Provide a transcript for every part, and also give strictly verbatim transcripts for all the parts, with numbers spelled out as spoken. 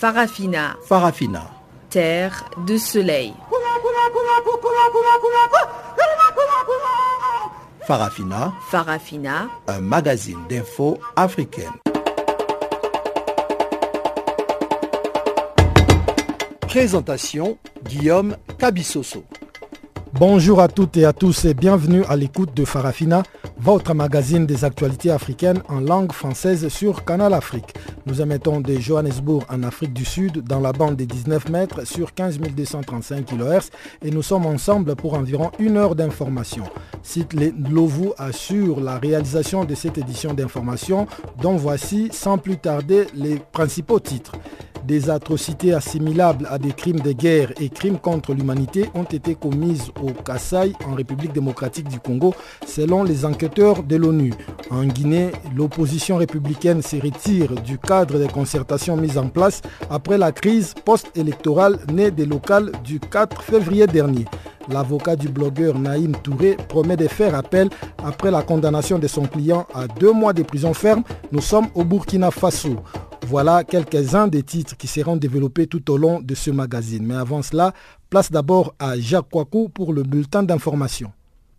Farafina. Farafina. Terre de soleil. Farafina. Farafina. Un magazine d'infos africaine. Présentation Guillaume Kabissoso. Bonjour à toutes et à tous et bienvenue à l'écoute de Farafina, votre magazine des actualités africaines en langue française sur Canal Afrique. Nous émettons de Johannesburg en Afrique du Sud dans la bande des dix-neuf mètres sur quinze mille deux cent trente-cinq kilohertz et nous sommes ensemble pour environ une heure d'information. Site Lovu assure la réalisation de cette édition d'information dont voici sans plus tarder les principaux titres. Des atrocités assimilables à des crimes de guerre et crimes contre l'humanité ont été commises au Kasaï, en République démocratique du Congo, selon les enquêteurs de l'ONU. En Guinée, l'opposition républicaine se retire du cadre des concertations mises en place après la crise post-électorale née des locales du quatre février dernier. L'avocat du blogueur Naïm Touré promet de faire appel après la condamnation de son client à deux mois de prison ferme. Nous sommes au Burkina Faso. Voilà quelques-uns des titres qui seront développés tout au long de ce magazine. Mais avant cela, place d'abord à Jacques Kouakou pour le bulletin d'information.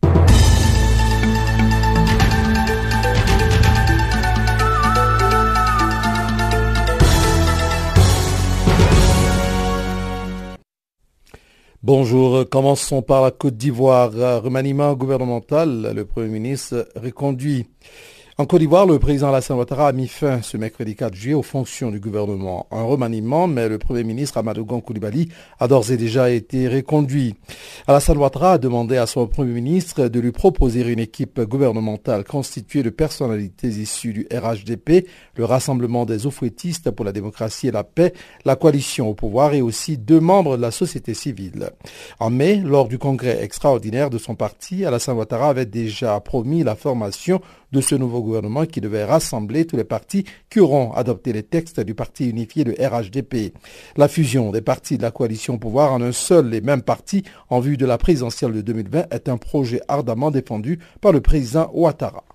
Bonjour, commençons par la Côte d'Ivoire. Remaniement gouvernemental, le Premier ministre reconduit. En Côte d'Ivoire, le président Alassane Ouattara a mis fin ce mercredi quatre juillet aux fonctions du gouvernement. Un remaniement, mais le Premier ministre Amadou Gon Coulibaly a d'ores et déjà été reconduit. Alassane Ouattara a demandé à son Premier ministre de lui proposer une équipe gouvernementale constituée de personnalités issues du R H D P, le Rassemblement des Oufouettistes pour la démocratie et la paix, la coalition au pouvoir et aussi deux membres de la société civile. En mai, lors du congrès extraordinaire de son parti, Alassane Ouattara avait déjà promis la formation de ce nouveau gouvernement qui devait rassembler tous les partis qui auront adopté les textes du parti unifié de R H D P. La fusion des partis de la coalition au pouvoir en un seul et même parti en vue de la présidentielle de deux mille vingt est un projet ardemment défendu par le président Ouattara.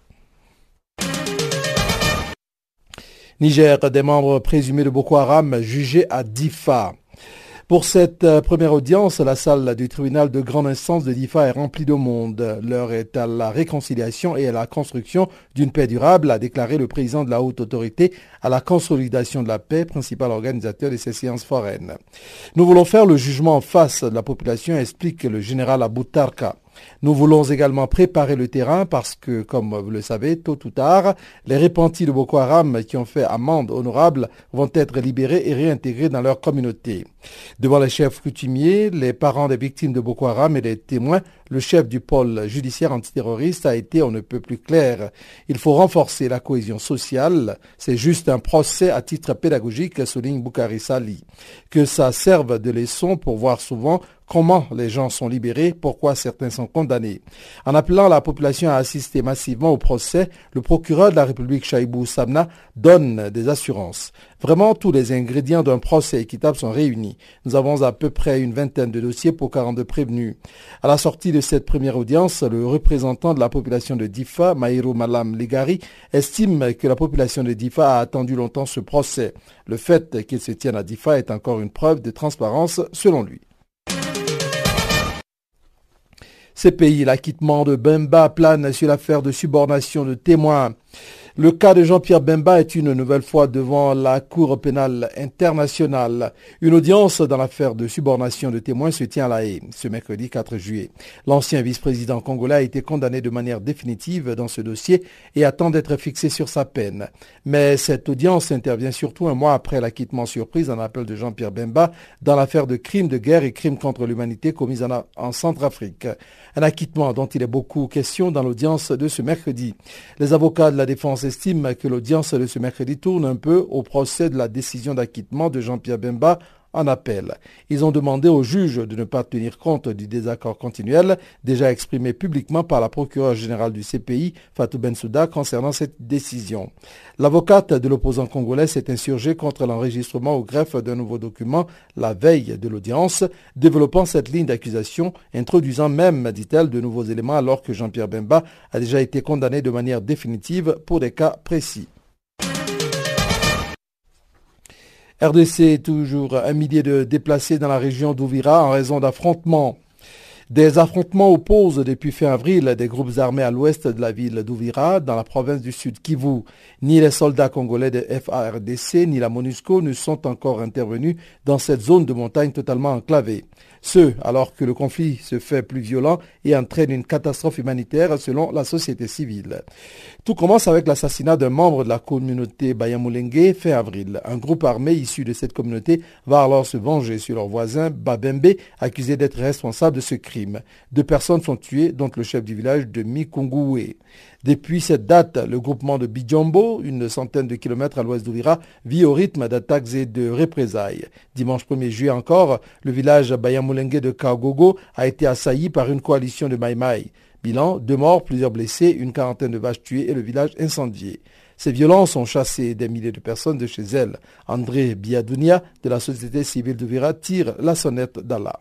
Niger, des membres présumés de Boko Haram jugés à Difa. Pour cette première audience, la salle du tribunal de grande instance de Difa est remplie de monde. L'heure est à la réconciliation et à la construction d'une paix durable, a déclaré le président de la haute autorité à la consolidation de la paix, principal organisateur de ces séances foraines. Nous voulons faire le jugement en face de la population, explique le général Abou Tarka. Nous voulons également préparer le terrain parce que, comme vous le savez, tôt ou tard, les repentis de Boko Haram qui ont fait amende honorable vont être libérés et réintégrés dans leur communauté. Devant les chefs coutumiers, les parents des victimes de Boko Haram et les témoins, le chef du pôle judiciaire antiterroriste a été on ne peut plus clair. Il faut renforcer la cohésion sociale. C'est juste un procès à titre pédagogique, souligne Boukari Sali. Que ça serve de leçon pour voir souvent comment les gens sont libérés, pourquoi certains sont condamnés. En appelant la population à assister massivement au procès, le procureur de la République, Chaïbou Samna, donne des assurances. Vraiment, tous les ingrédients d'un procès équitable sont réunis. Nous avons à peu près une vingtaine de dossiers pour quarante-deux prévenus. À la sortie de cette première audience, le représentant de la population de Difa, Maïrou Malam Ligari, estime que la population de Difa a attendu longtemps ce procès. Le fait qu'il se tienne à Difa est encore une preuve de transparence, selon lui. C P I, l'acquittement de Bemba plane sur l'affaire de subornation de témoins. Le cas de Jean-Pierre Bemba est une nouvelle fois devant la Cour pénale internationale. Une audience dans l'affaire de subornation de témoins se tient à La Haye ce mercredi quatre juillet. L'ancien vice-président congolais a été condamné de manière définitive dans ce dossier et attend d'être fixé sur sa peine. Mais cette audience intervient surtout un mois après l'acquittement surprise en appel de Jean-Pierre Bemba dans l'affaire de crimes de guerre et crimes contre l'humanité commis en, en Centrafrique. Un acquittement dont il est beaucoup question dans l'audience de ce mercredi. Les avocats de la défense estiment que l'audience de ce mercredi tourne un peu au procès de la décision d'acquittement de Jean-Pierre Bemba en appel. Ils ont demandé au juge de ne pas tenir compte du désaccord continuel déjà exprimé publiquement par la procureure générale du C P I, Fatou Bensouda, concernant cette décision. L'avocate de l'opposant congolais s'est insurgée contre l'enregistrement au greffe d'un nouveau document la veille de l'audience, développant cette ligne d'accusation, introduisant même, dit-elle, de nouveaux éléments alors que Jean-Pierre Bemba a déjà été condamné de manière définitive pour des cas précis. R D C, toujours un millier de déplacés dans la région d'Ouvira en raison d'affrontements. Des affrontements opposent depuis fin avril des groupes armés à l'ouest de la ville d'Ouvira, dans la province du Sud Kivu. Ni les soldats congolais de F A R D C ni la MONUSCO ne sont encore intervenus dans cette zone de montagne totalement enclavée. Ce, alors que le conflit se fait plus violent et entraîne une catastrophe humanitaire selon la société civile. Tout commence avec l'assassinat d'un membre de la communauté Banyamulenge fin avril. Un groupe armé issu de cette communauté va alors se venger sur leur voisin Babembe, accusé d'être responsable de ce crime. Deux personnes sont tuées, dont le chef du village de Mikungoué. Depuis cette date, le groupement de Bijombo, une centaine de kilomètres à l'ouest d'Ouvira, vit au rythme d'attaques et de représailles. Dimanche premier juillet encore, le village Banyamulenge de Kagogo a été assailli par une coalition de Maïmaï. Bilan, deux morts, plusieurs blessés, une quarantaine de vaches tuées et le village incendié. Ces violences ont chassé des milliers de personnes de chez elles. André Biadounia, de la société civile d'Ouvira, tire la sonnette d'alarme.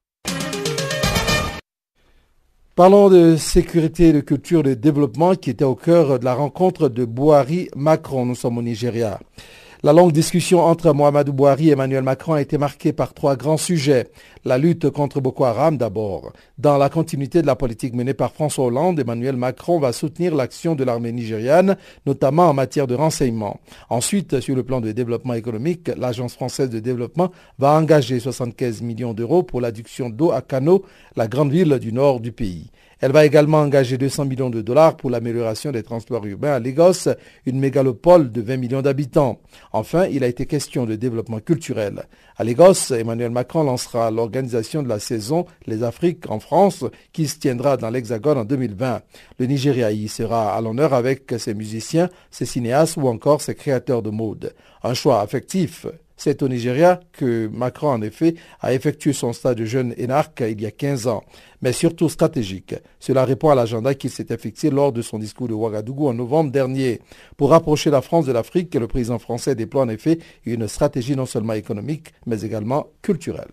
Parlons de sécurité, de culture, de développement qui était au cœur de la rencontre de Buhari-Macron. Nous sommes au Nigeria. La longue discussion entre Muhammadu Buhari et Emmanuel Macron a été marquée par trois grands sujets. La lutte contre Boko Haram d'abord. Dans la continuité de la politique menée par François Hollande, Emmanuel Macron va soutenir l'action de l'armée nigériane, notamment en matière de renseignement. Ensuite, sur le plan de développement économique, l'Agence française de développement va engager soixante-quinze millions d'euros pour l'adduction d'eau à Kano, la grande ville du nord du pays. Elle va également engager deux cents millions de dollars pour l'amélioration des transports urbains à Lagos, une mégalopole de vingt millions d'habitants. Enfin, il a été question de développement culturel. À Lagos, Emmanuel Macron lancera l'organisation de la saison Les Afriques en France qui se tiendra dans l'Hexagone en deux mille vingt. Le Nigeria y sera à l'honneur avec ses musiciens, ses cinéastes ou encore ses créateurs de mode. Un choix affectif. C'est au Nigeria que Macron, en effet, a effectué son stage de jeune énarque il y a quinze ans, mais surtout stratégique. Cela répond à l'agenda qu'il s'était fixé lors de son discours de Ouagadougou en novembre dernier. Pour rapprocher la France de l'Afrique, le président français déploie en effet une stratégie non seulement économique, mais également culturelle.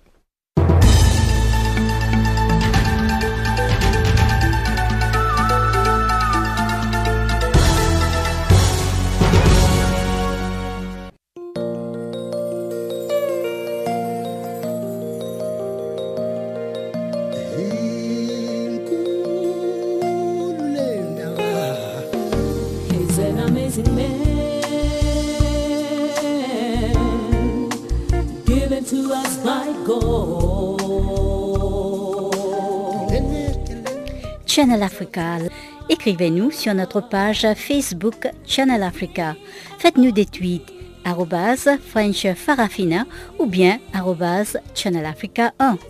Channel Africa. Écrivez-nous sur notre page Facebook Channel Africa. Faites-nous des tweets arobase French Farafina ou bien arobase Channel Africa un.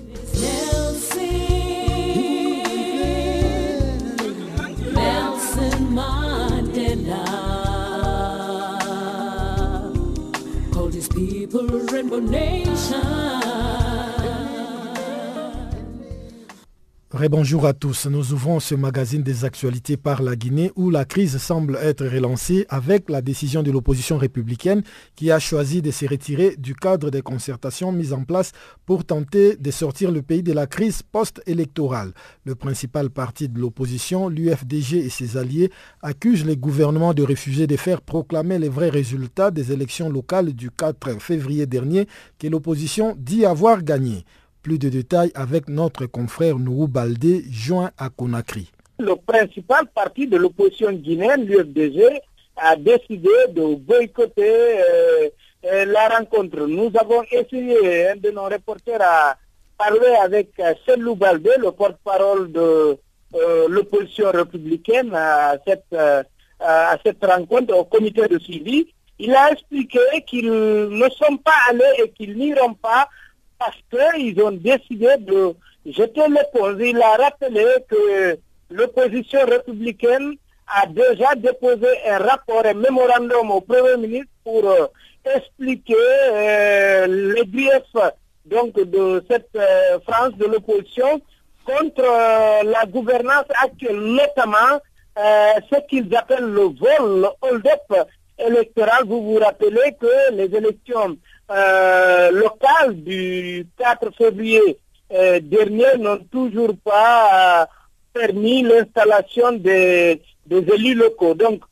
Rebonjour à tous. Nous ouvrons ce magazine des actualités par la Guinée où la crise semble être relancée avec la décision de l'opposition républicaine qui a choisi de se retirer du cadre des concertations mises en place pour tenter de sortir le pays de la crise post-électorale. Le principal parti de l'opposition, l'U F D G et ses alliés, accusent les gouvernements de refuser de faire proclamer les vrais résultats des élections locales du quatre février dernier que l'opposition dit avoir gagné. Plus de détails avec notre confrère Nourou Baldé, joint à Conakry. Le principal parti de l'opposition guinéenne, l'U F D G, a décidé de boycotter euh, euh, la rencontre. Nous avons essayé, un de nos reporters a parlé avec euh, Selou Baldé, le porte-parole de euh, l'opposition républicaine à cette, euh, à cette rencontre au comité de suivi. Il a expliqué qu'ils ne sont pas allés et qu'ils n'iront pas parce qu'ils ont décidé de jeter l'éponge. Il a rappelé que l'opposition républicaine a déjà déposé un rapport, un mémorandum au Premier ministre pour euh, expliquer euh, les griefs donc, de cette euh, France de l'opposition contre euh, la gouvernance actuelle, notamment euh, ce qu'ils appellent le vol, le hold-up électoral. Vous vous rappelez que les élections Euh, locales du quatre février euh, dernier n'ont toujours pas euh, permis l'installation des, des élus locaux. Donc,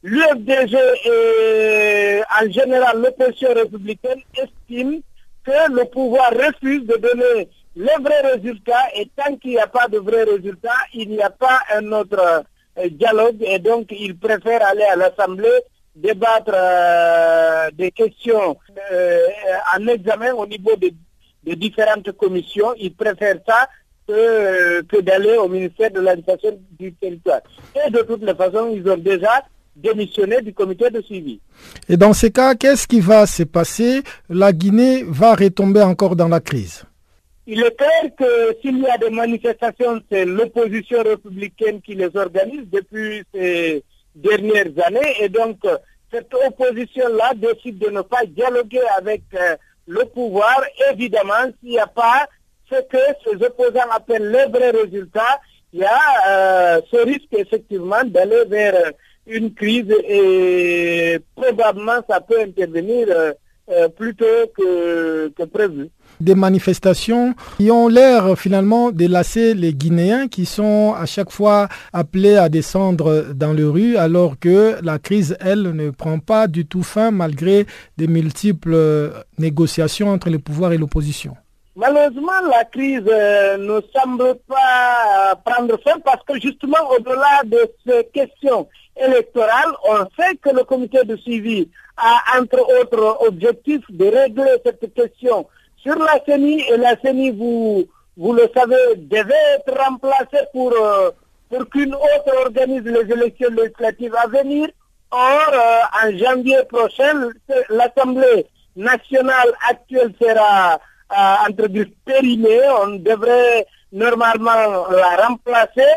l'U F D G et en général l'opposition républicaine estiment que le pouvoir refuse de donner les vrais résultats et tant qu'il n'y a pas de vrais résultats, il n'y a pas un autre euh, dialogue et donc ils préfèrent aller à l'Assemblée débattre euh, des questions euh, en examen au niveau de, de différentes commissions. Ils préfèrent ça que, que d'aller au ministère de l'administration du territoire. Et de toutes les façons, ils ont déjà démissionné du comité de suivi. Et dans ces cas, qu'est-ce qui va se passer? La Guinée va retomber encore dans la crise? Il est clair que s'il y a des manifestations, c'est l'opposition républicaine qui les organise depuis ces dernières années. Et donc, cette opposition-là décide de ne pas dialoguer avec euh, le pouvoir. Évidemment, s'il n'y a pas ce que ces opposants appellent les vrais résultats, il y a euh, ce risque effectivement d'aller vers une crise et probablement ça peut intervenir euh, euh, plus tôt que, que prévu. Des manifestations qui ont l'air finalement de lasser les Guinéens qui sont à chaque fois appelés à descendre dans les rues alors que la crise, elle, ne prend pas du tout fin malgré des multiples négociations entre le pouvoir et l'opposition. Malheureusement, la crise euh, ne semble pas euh, prendre fin parce que justement, au-delà de ces questions électorales, on sait que le comité de suivi a, entre autres objectifs, de régler cette question sur la C E N I. Et la C E N I, vous, vous le savez, devait être remplacée pour, euh, pour qu'une autre organise les élections législatives à venir. Or, euh, en janvier prochain, l'Assemblée nationale actuelle sera Euh, entre guillemets périmée, on devrait normalement la remplacer.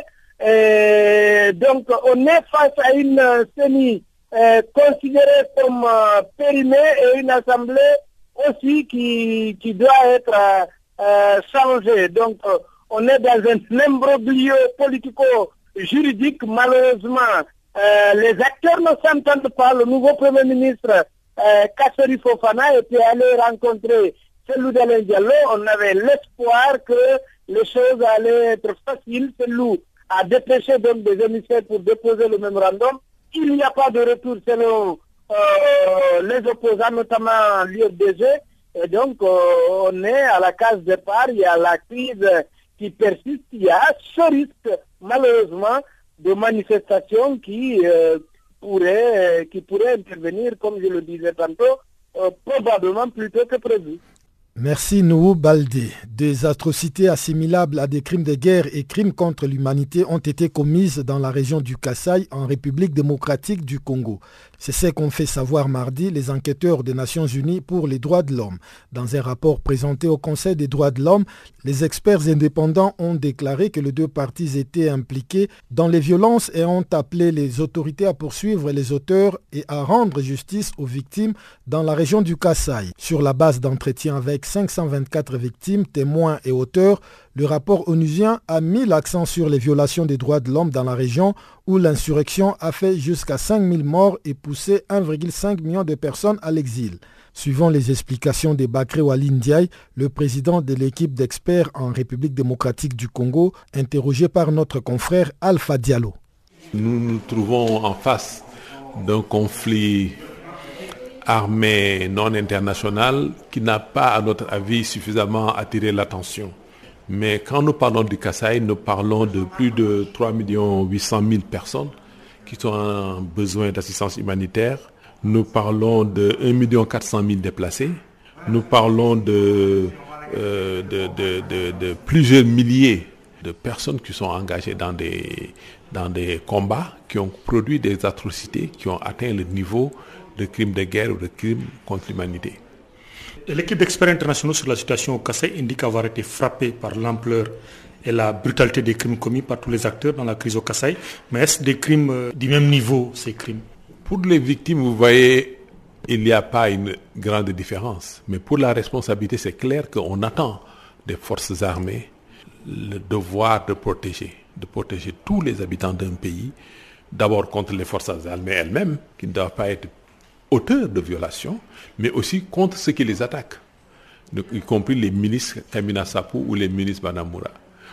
Et donc on est face à une euh, C E N I euh, considérée comme euh, périmée et une assemblée aussi qui, qui doit être euh, euh, changée. Donc euh, on est dans un imbroglio politico-juridique. Malheureusement, euh, les acteurs ne s'entendent pas. Le nouveau Premier ministre euh, Kassori Fofana était allé rencontrer Cellou Dalein Diallo. On avait l'espoir que les choses allaient être faciles. Cellou a dépêché donc des émissaires pour déposer le mémorandum. Il n'y a pas de retour selon euh, les opposants, notamment l'U F D G. Et donc, euh, on est à la case départ. Il y a la crise qui persiste. Il y a ce risque, malheureusement, de manifestations qui, euh, pourraient, qui pourraient intervenir, comme je le disais tantôt, euh, probablement plus tôt que prévu. Merci Nouhou Baldé. Des atrocités assimilables à des crimes de guerre et crimes contre l'humanité ont été commises dans la région du Kasaï en République démocratique du Congo. C'est ce qu'ont fait savoir mardi les enquêteurs des Nations Unies pour les droits de l'homme. Dans un rapport présenté au Conseil des droits de l'homme, les experts indépendants ont déclaré que les deux parties étaient impliquées dans les violences et ont appelé les autorités à poursuivre les auteurs et à rendre justice aux victimes dans la région du Kasaï. Sur la base d'entretiens avec cinq cent vingt-quatre victimes, témoins et auteurs, le rapport onusien a mis l'accent sur les violations des droits de l'homme dans la région où l'insurrection a fait jusqu'à cinq mille morts et poussé un virgule cinq million de personnes à l'exil. Suivant les explications de Bakre Wali Ndiaye, le président de l'équipe d'experts en République démocratique du Congo, interrogé par notre confrère Alpha Diallo. Nous nous trouvons en face d'un conflit armée non internationale qui n'a pas, à notre avis, suffisamment attiré l'attention. Mais quand nous parlons du Kasaï, nous parlons de plus de trois millions huit cent mille personnes qui sont en besoin d'assistance humanitaire. Nous parlons de un million quatre cent mille déplacés. Nous parlons de, euh, de, de, de, de plusieurs milliers de personnes qui sont engagées dans des, dans des combats, qui ont produit des atrocités, qui ont atteint le niveau de crimes de guerre ou de crimes contre l'humanité. L'équipe d'experts internationaux sur la situation au Kasaï indique avoir été frappée par l'ampleur et la brutalité des crimes commis par tous les acteurs dans la crise au Kasaï. Mais est-ce des crimes du même niveau, ces crimes? Pour les victimes, vous voyez, il n'y a pas une grande différence. Mais pour la responsabilité, c'est clair qu'on attend des forces armées le devoir de protéger, de protéger tous les habitants d'un pays, d'abord contre les forces armées elles-mêmes, qui ne doivent pas être auteurs de violations, mais aussi contre ceux qui les attaquent, y compris les milices Kamina Sapou ou les milices Banamura.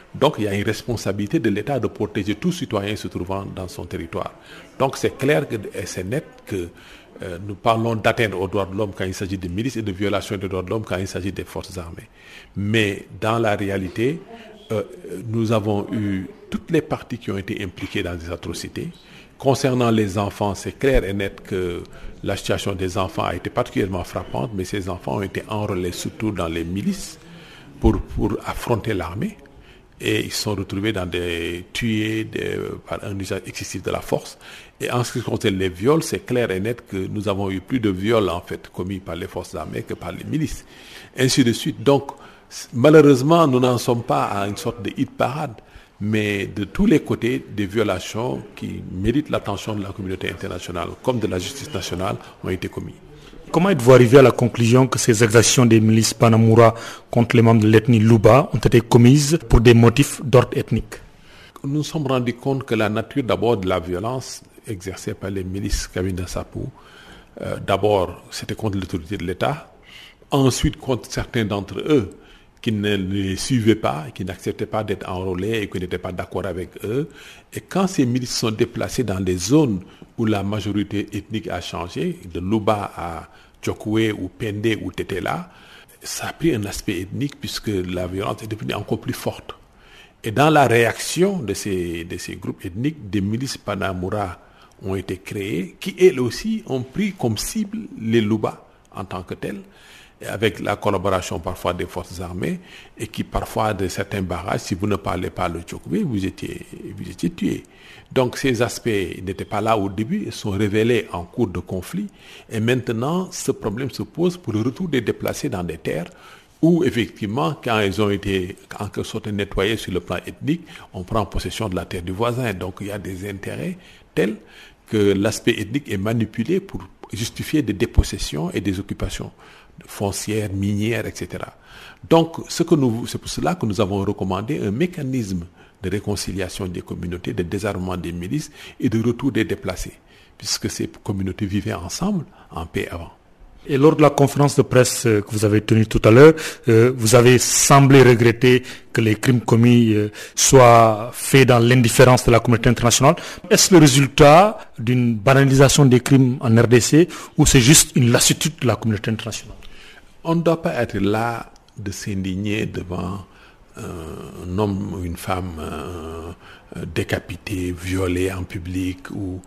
Donc il y a une responsabilité de l'État de protéger tout citoyen se trouvant dans son territoire. Donc c'est clair que, et c'est net que euh, nous parlons d'atteinte aux droits de l'homme quand il s'agit de milices et de violation des droits de l'homme quand il s'agit des forces armées. Mais dans la réalité, euh, nous avons eu toutes les parties qui ont été impliquées dans des atrocités. Concernant les enfants, c'est clair et net que la situation des enfants a été particulièrement frappante, mais ces enfants ont été enrôlés surtout dans les milices pour, pour affronter l'armée. Et ils se sont retrouvés dans des tués de, par un usage excessif de la force. Et en ce qui concerne les viols, c'est clair et net que nous avons eu plus de viols en fait commis par les forces armées que par les milices. Ainsi de suite. Donc, malheureusement, nous n'en sommes pas à une sorte de hit parade, mais de tous les côtés, des violations qui méritent l'attention de la communauté internationale comme de la justice nationale ont été commises. Comment êtes-vous arrivé à la conclusion que ces exactions des milices Banamura contre les membres de l'ethnie Luba ont été commises pour des motifs d'ordre ethnique? Nous nous sommes rendus compte que la nature d'abord de la violence exercée par les milices Cabinda Sapou, euh, d'abord c'était contre l'autorité de l'État, ensuite contre certains d'entre eux qui ne les suivaient pas, qui n'acceptaient pas d'être enrôlés et qui n'étaient pas d'accord avec eux. Et quand ces milices sont déplacées dans des zones où la majorité ethnique a changé, de Luba à Tchokoué ou Pendé ou Tétéla, ça a pris un aspect ethnique puisque la violence est devenue encore plus forte. Et dans la réaction de ces, de ces groupes ethniques, des milices Banamura ont été créées qui, elles aussi, ont pris comme cible les Luba en tant que telles, avec la collaboration parfois des forces armées, et qui parfois de certains barrages, si vous ne parlez pas le Tchokoué, vous étiez, vous étiez tué. Donc ces aspects n'étaient pas là au début, ils sont révélés en cours de conflit, et maintenant ce problème se pose pour le retour des déplacés dans des terres où effectivement, quand ils ont été en quelque sorte nettoyés sur le plan ethnique, on prend possession de la terre du voisin. Donc il y a des intérêts tels que l'aspect ethnique est manipulé pour justifier des dépossessions et des occupations foncières, minières, et cetera. Donc, ce que nous, c'est pour cela que nous avons recommandé un mécanisme de réconciliation des communautés, de désarmement des milices et de retour des déplacés, puisque ces communautés vivaient ensemble en paix avant. Et lors de la conférence de presse que vous avez tenue tout à l'heure, euh, vous avez semblé regretter que les crimes commis euh, soient faits dans l'indifférence de la communauté internationale. Est-ce le résultat d'une banalisation des crimes en R D C ou c'est juste une lassitude de la communauté internationale? On ne doit pas être là de s'indigner devant euh, un homme ou une femme euh, décapité, violé en public ou,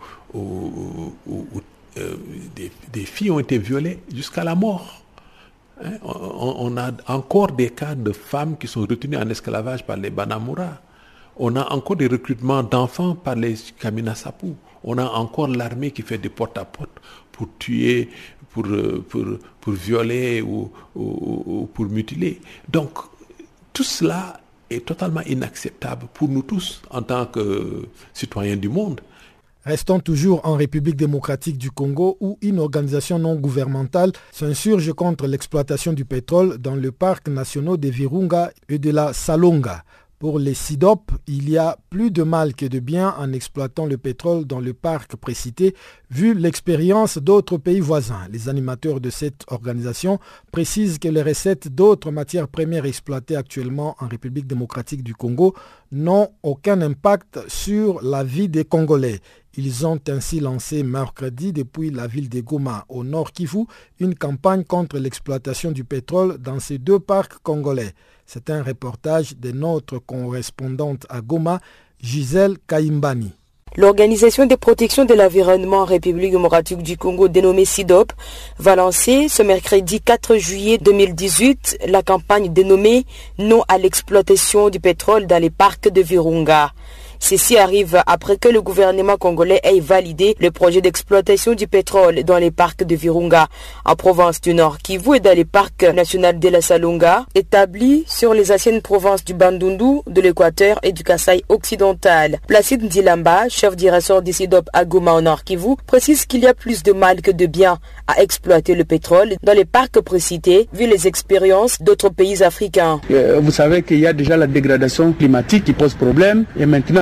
ou, ou, ou euh, des, des filles ont été violées jusqu'à la mort. Hein? On, on a encore des cas de femmes qui sont retenues en esclavage par les Banamura. On a encore des recrutements d'enfants par les Kamina Sapou. On a encore l'armée qui fait des porte-à-porte pour tuer, pour, pour, pour violer ou, ou, ou pour mutiler. Donc, tout cela est totalement inacceptable pour nous tous en tant que citoyens du monde. Restons toujours en République démocratique du Congo où une organisation non gouvernementale s'insurge contre l'exploitation du pétrole dans le parc national des Virunga et de la Salonga. Pour les SIDOP, il y a plus de mal que de bien en exploitant le pétrole dans le parc précité, vu l'expérience d'autres pays voisins. Les animateurs de cette organisation précisent que les recettes d'autres matières premières exploitées actuellement en République démocratique du Congo n'ont aucun impact sur la vie des Congolais. Ils ont ainsi lancé mercredi depuis la ville de Goma au nord Kivu une campagne contre l'exploitation du pétrole dans ces deux parcs congolais. C'est un reportage de notre correspondante à Goma, Gisèle Kaimbani. L'Organisation de protection de l'environnement en République démocratique du Congo, dénommée SIDOP, va lancer ce mercredi quatre juillet deux mille dix-huit la campagne dénommée « Non à l'exploitation du pétrole dans les parcs de Virunga ». Ceci arrive après que le gouvernement congolais ait validé le projet d'exploitation du pétrole dans les parcs de Virunga, en province du Nord Kivu et dans les parcs nationaux de la Salonga, établis sur les anciennes provinces du Bandundu, de l'Équateur et du Kasaï occidental. Placide Ndilamba, chef du ressort des SIDOP à Goma au Nord Kivu, précise qu'il y a plus de mal que de bien à exploiter le pétrole dans les parcs précités, vu les expériences d'autres pays africains. Vous savez qu'il y a déjà la dégradation climatique qui pose problème et maintenant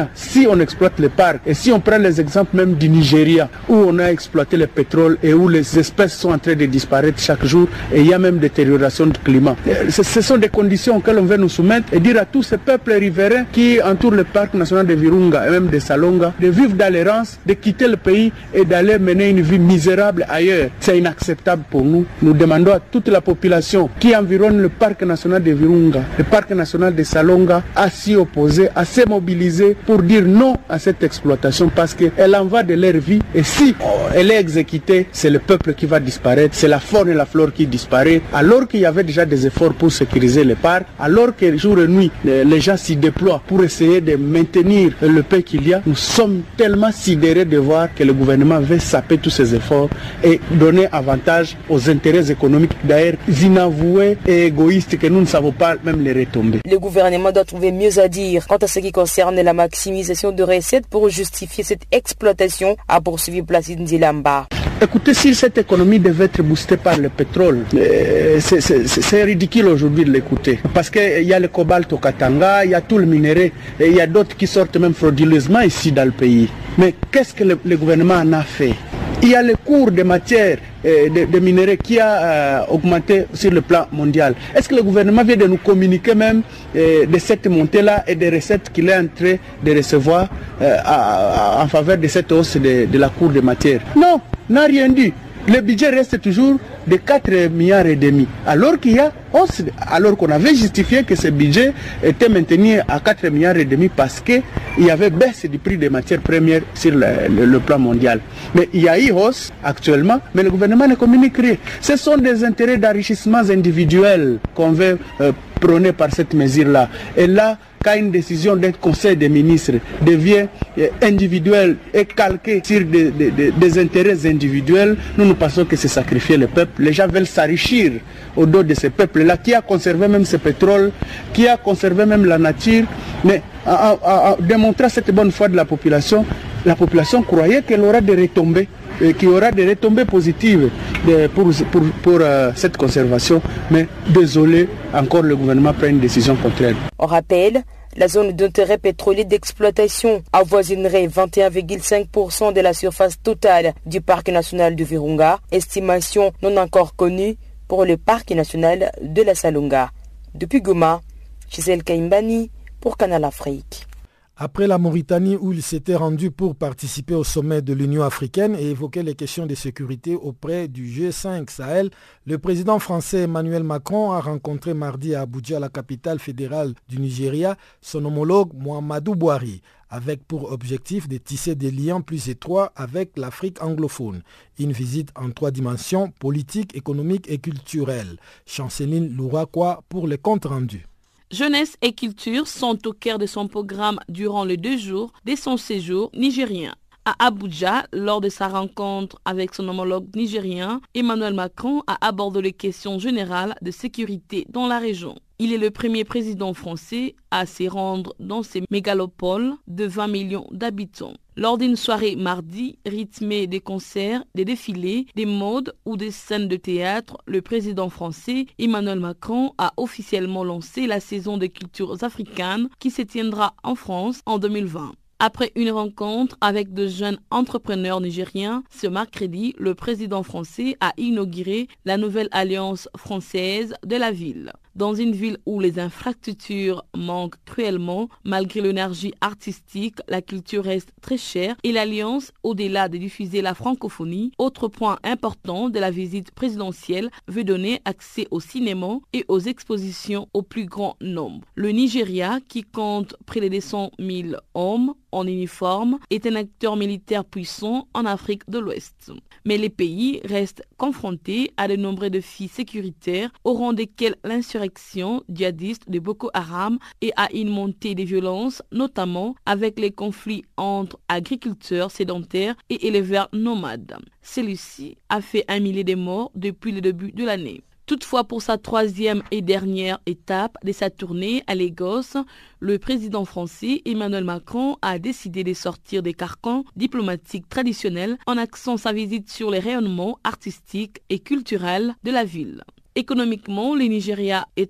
si on exploite les parcs, et si on prend les exemples même du Nigeria, où on a exploité le pétrole et où les espèces sont en train de disparaître chaque jour, et il y a même détérioration du climat. Ce, ce sont des conditions auxquelles on veut nous soumettre et dire à tous ces peuples riverains qui entourent le parc national de Virunga et même de Salonga de vivre dans l'errance, de quitter le pays et d'aller mener une vie misérable ailleurs. C'est inacceptable pour nous. Nous demandons à toute la population qui environne le parc national de Virunga, le parc national de Salonga, à s'y opposer, à se mobiliser pour dire non à cette exploitation parce qu'elle en va de leur vie et si elle est exécutée, c'est le peuple qui va disparaître, c'est la faune et la flore qui disparaît, alors qu'il y avait déjà des efforts pour sécuriser les parcs, alors que jour et nuit, les gens s'y déploient pour essayer de maintenir le paix qu'il y a. Nous sommes tellement sidérés de voir que le gouvernement veut saper tous ces efforts et donner avantage aux intérêts économiques, d'ailleurs inavoués et égoïstes que nous ne savons pas même les retomber. Le gouvernement doit trouver mieux à dire quant à ce qui concerne la maximisation de recettes pour justifier cette exploitation, a poursuivi Placide Nzilamba. Écoutez, si cette économie devait être boostée par le pétrole, euh, c'est, c'est, c'est ridicule aujourd'hui de l'écouter. Parce qu'il y a le cobalt au Katanga, il y a tout le minerai, et il y a d'autres qui sortent même frauduleusement ici dans le pays. Mais qu'est-ce que le, le gouvernement en a fait? Il y a le cours des matières, euh, de, de minerais qui a euh, augmenté sur le plan mondial. Est-ce que le gouvernement vient de nous communiquer même euh, de cette montée-là et des recettes qu'il est en train de recevoir euh, à, à, en faveur de cette hausse de, de la cour des matières? Non, n'a rien dit. Le budget reste toujours de quatre milliards et demi. Alors qu'il y a hausse, alors qu'on avait justifié que ce budget était maintenu à quatre milliards et demi parce qu'il y avait baisse du prix des matières premières sur le, le, le plan mondial. Mais il y a eu hausse actuellement, mais le gouvernement ne communique rien. Ce sont des intérêts d'enrichissement individuels qu'on veut euh, prôner par cette mesure-là. Et là, quand une décision d'un conseil des ministres devient individuelle et calquée sur des, des, des intérêts individuels, nous nous pensons que c'est sacrifier le peuple. Les gens veulent s'enrichir au dos de ces peuples-là, qui a conservé même ce pétrole, qui a conservé même la nature. Mais en, en, en démontrant cette bonne foi de la population, la population croyait qu'elle aura des retombées, et qu'il y aura des retombées positives de, pour, pour, pour euh, cette conservation. Mais désolé, encore le gouvernement prend une décision contraire. On rappelle, la zone d'intérêt pétrolier d'exploitation avoisinerait vingt et un virgule cinq pour cent de la surface totale du parc national de Virunga, estimation non encore connue pour le parc national de la Salonga. Depuis Goma, Gisèle Kaimbani pour Canal Afrique. Après la Mauritanie où il s'était rendu pour participer au sommet de l'Union africaine et évoquer les questions de sécurité auprès du G cinq Sahel, le président français Emmanuel Macron a rencontré mardi à Abuja, la capitale fédérale du Nigeria, son homologue Muhammadu Buhari, avec pour objectif de tisser des liens plus étroits avec l'Afrique anglophone. Une visite en trois dimensions, politique, économique et culturelle. Chanceline Lourakwa pour le compte rendu. Jeunesse et culture sont au cœur de son programme durant les deux jours de son séjour nigérien. À Abuja, lors de sa rencontre avec son homologue nigérien, Emmanuel Macron a abordé les questions générales de sécurité dans la région. Il est le premier président français à s'y rendre dans ces mégalopoles de vingt millions d'habitants. Lors d'une soirée mardi, rythmée des concerts, des défilés, des modes ou des scènes de théâtre, le président français Emmanuel Macron a officiellement lancé la saison des cultures africaines qui se tiendra en France en deux mille vingt. Après une rencontre avec de jeunes entrepreneurs nigériens, ce mercredi, le président français a inauguré la nouvelle alliance française de la ville. Dans une ville où les infrastructures manquent cruellement, malgré l'énergie artistique, la culture reste très chère et l'alliance, au-delà de diffuser la francophonie, autre point important de la visite présidentielle, veut donner accès au cinéma et aux expositions au plus grand nombre. Le Nigeria, qui compte près de deux cent mille hommes en uniforme, est un acteur militaire puissant en Afrique de l'Ouest. Mais les pays restent confrontés à de nombreux défis sécuritaires, au rang desquels l'insurrection djihadiste de Boko Haram et à une montée des violences, notamment avec les conflits entre agriculteurs sédentaires et éleveurs nomades. Celui-ci a fait un millier de morts depuis le début de l'année. Toutefois, pour sa troisième et dernière étape de sa tournée à Lagos, le président français Emmanuel Macron a décidé de sortir des carcans diplomatiques traditionnels en axant sa visite sur les rayonnements artistiques et culturels de la ville. Économiquement, le Nigeria est un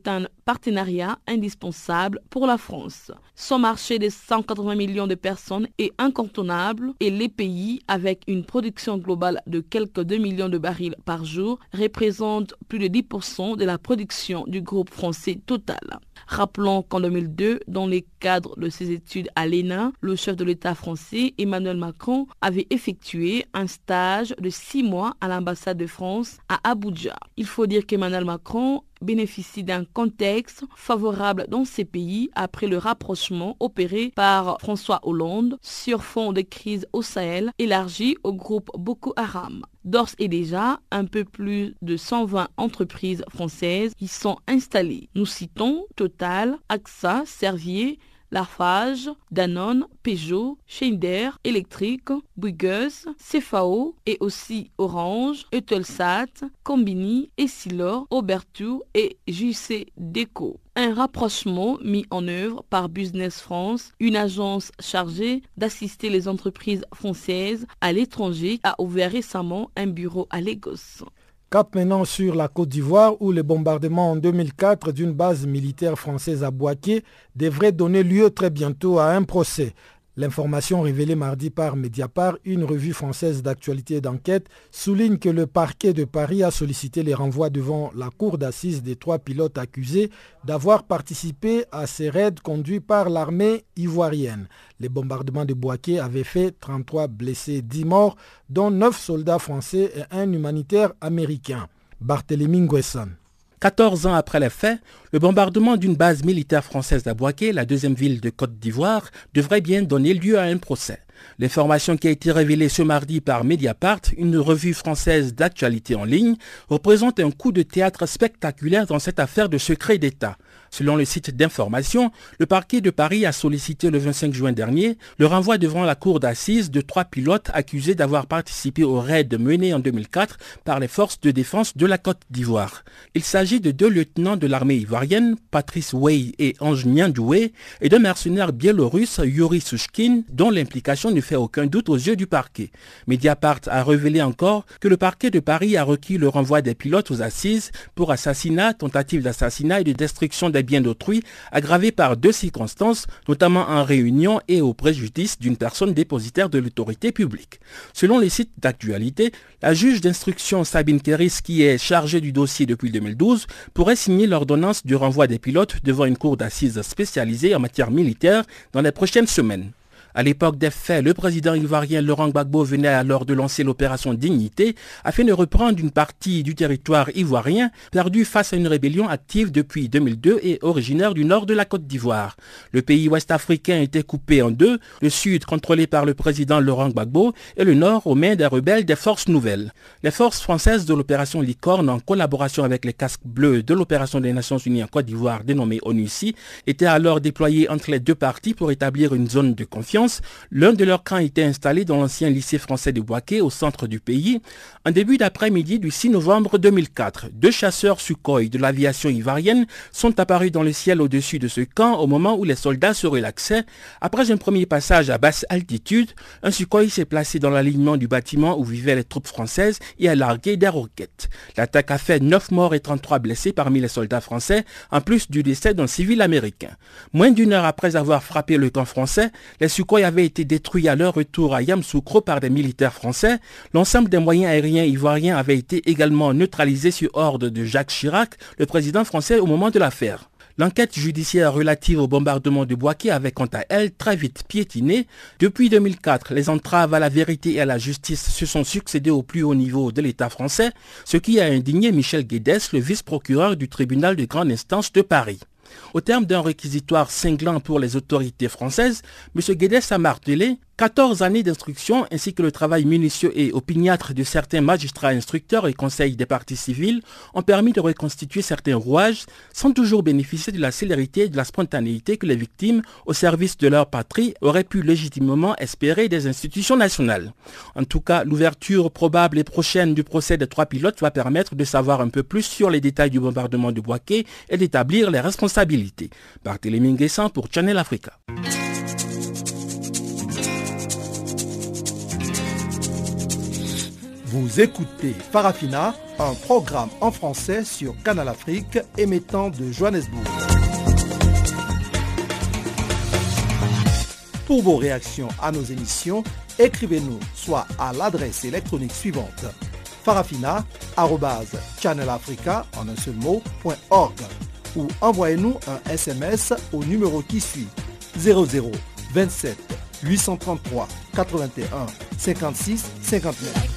partenariat indispensable pour la France. Son marché de cent quatre-vingts millions de personnes est incontournable et les pays avec une production globale de quelques deux millions de barils par jour représentent plus de dix pour cent de la production du groupe français Total. Rappelons qu'en deux mille deux, dans le cadre de ses études à l'E N A, le chef de l'État français, Emmanuel Macron, avait effectué un stage de six mois à l'ambassade de France à Abuja. Il faut dire qu'Emmanuel Macron bénéficie d'un contexte favorable dans ces pays après le rapprochement opéré par François Hollande sur fond de crise au Sahel élargi au groupe Boko Haram. D'ores et déjà, un peu plus de cent vingt entreprises françaises y sont installées. Nous citons Total, A X A, Servier, Lafarge, Danone, Peugeot, Schneider Electric, Bouygues, C F A O et aussi Orange, Eutelsat, Combini, Essilor, Obertur et J C Deco. Un rapprochement mis en œuvre par Business France, une agence chargée d'assister les entreprises françaises à l'étranger, a ouvert récemment un bureau à Lagos. Cap maintenant sur la Côte d'Ivoire où le bombardement en deux mille quatre d'une base militaire française à Bouaké devrait donner lieu très bientôt à un procès. L'information révélée mardi par Mediapart, une revue française d'actualité et d'enquête, souligne que le parquet de Paris a sollicité les renvois devant la cour d'assises des trois pilotes accusés d'avoir participé à ces raids conduits par l'armée ivoirienne. Les bombardements de Bouaké avaient fait trente-trois blessés, dix morts, dont neuf soldats français et un humanitaire américain. Barthélémy Nguesson. quatorze ans après les faits, le bombardement d'une base militaire française à Bouaké, la deuxième ville de Côte d'Ivoire, devrait bien donner lieu à un procès. L'information qui a été révélée ce mardi par Mediapart, une revue française d'actualité en ligne, représente un coup de théâtre spectaculaire dans cette affaire de secret d'État. Selon le site d'information, le parquet de Paris a sollicité le vingt-cinq juin dernier le renvoi devant la cour d'assises de trois pilotes accusés d'avoir participé au raid mené en deux mille quatre par les forces de défense de la Côte d'Ivoire. Il s'agit de deux lieutenants de l'armée ivoirienne, Patrice Wey et Ange Niandoué, et d'un mercenaire biélorusse, Yuri Sushkin, dont l'implication ne fait aucun doute aux yeux du parquet. Mediapart a révélé encore que le parquet de Paris a requis le renvoi des pilotes aux assises pour assassinat, tentative d'assassinat et de destruction des biens d'autrui, aggravés par deux circonstances, notamment en réunion et au préjudice d'une personne dépositaire de l'autorité publique. Selon les sites d'actualité, la juge d'instruction Sabine Kéris, qui est chargée du dossier depuis deux mille douze, pourrait signer l'ordonnance du renvoi des pilotes devant une cour d'assises spécialisée en matière militaire dans les prochaines semaines. À l'époque des faits, le président ivoirien Laurent Gbagbo venait alors de lancer l'opération Dignité afin de reprendre une partie du territoire ivoirien perdu face à une rébellion active depuis deux mille deux et originaire du nord de la Côte d'Ivoire. Le pays ouest-africain était coupé en deux, le sud contrôlé par le président Laurent Gbagbo et le nord aux mains des rebelles des forces nouvelles. Les forces françaises de l'opération Licorne, en collaboration avec les casques bleus de l'opération des Nations Unies en Côte d'Ivoire dénommée ONUCI, étaient alors déployées entre les deux parties pour établir une zone de confiance. L'un de leurs camps était installé dans l'ancien lycée français de Bouaké, au centre du pays. En début d'après-midi du six novembre deux mille quatre, deux chasseurs Sukhoi de l'aviation ivoirienne sont apparus dans le ciel au-dessus de ce camp au moment où les soldats se relaxaient. Après un premier passage à basse altitude, un Sukhoi s'est placé dans l'alignement du bâtiment où vivaient les troupes françaises et a largué des roquettes. L'attaque a fait neuf morts et trente-trois blessés parmi les soldats français, en plus du décès d'un civil américain. Moins d'une heure après avoir frappé le camp français, les Sukhoi avaient été détruits à leur retour à Yamoussoukro par des militaires français. L'ensemble des moyens aériens ivoiriens avait été également neutralisé sur ordre de Jacques Chirac, le président français au moment de l'affaire. L'enquête judiciaire relative au bombardement de Bouaké avait quant à elle très vite piétiné. Depuis deux mille quatre, les entraves à la vérité et à la justice se sont succédées au plus haut niveau de l'État français, ce qui a indigné Michel Guedes, le vice-procureur du tribunal de grande instance de Paris. Au terme d'un réquisitoire cinglant pour les autorités françaises, M. Guedes a martelé quatorze années d'instruction ainsi que le travail minutieux et opiniâtre de certains magistrats instructeurs et conseils des parties civiles ont permis de reconstituer certains rouages sans toujours bénéficier de la célérité et de la spontanéité que les victimes, au service de leur patrie, auraient pu légitimement espérer des institutions nationales. En tout cas, l'ouverture probable et prochaine du procès des trois pilotes va permettre de savoir un peu plus sur les détails du bombardement de Bouaké et d'établir les responsabilités. Barthélémy Nguesson pour Channel Africa. Vous écoutez Farafina, un programme en français sur Canal Afrique émettant de Johannesburg. Pour vos réactions à nos émissions, écrivez-nous soit à l'adresse électronique suivante farafina arobase channelafrica en un seul mot point org ou envoyez-nous un S M S au numéro qui suit zéro zéro vingt-sept huit cent trente-trois quatre-vingt-un cinquante-six cinquante-neuf.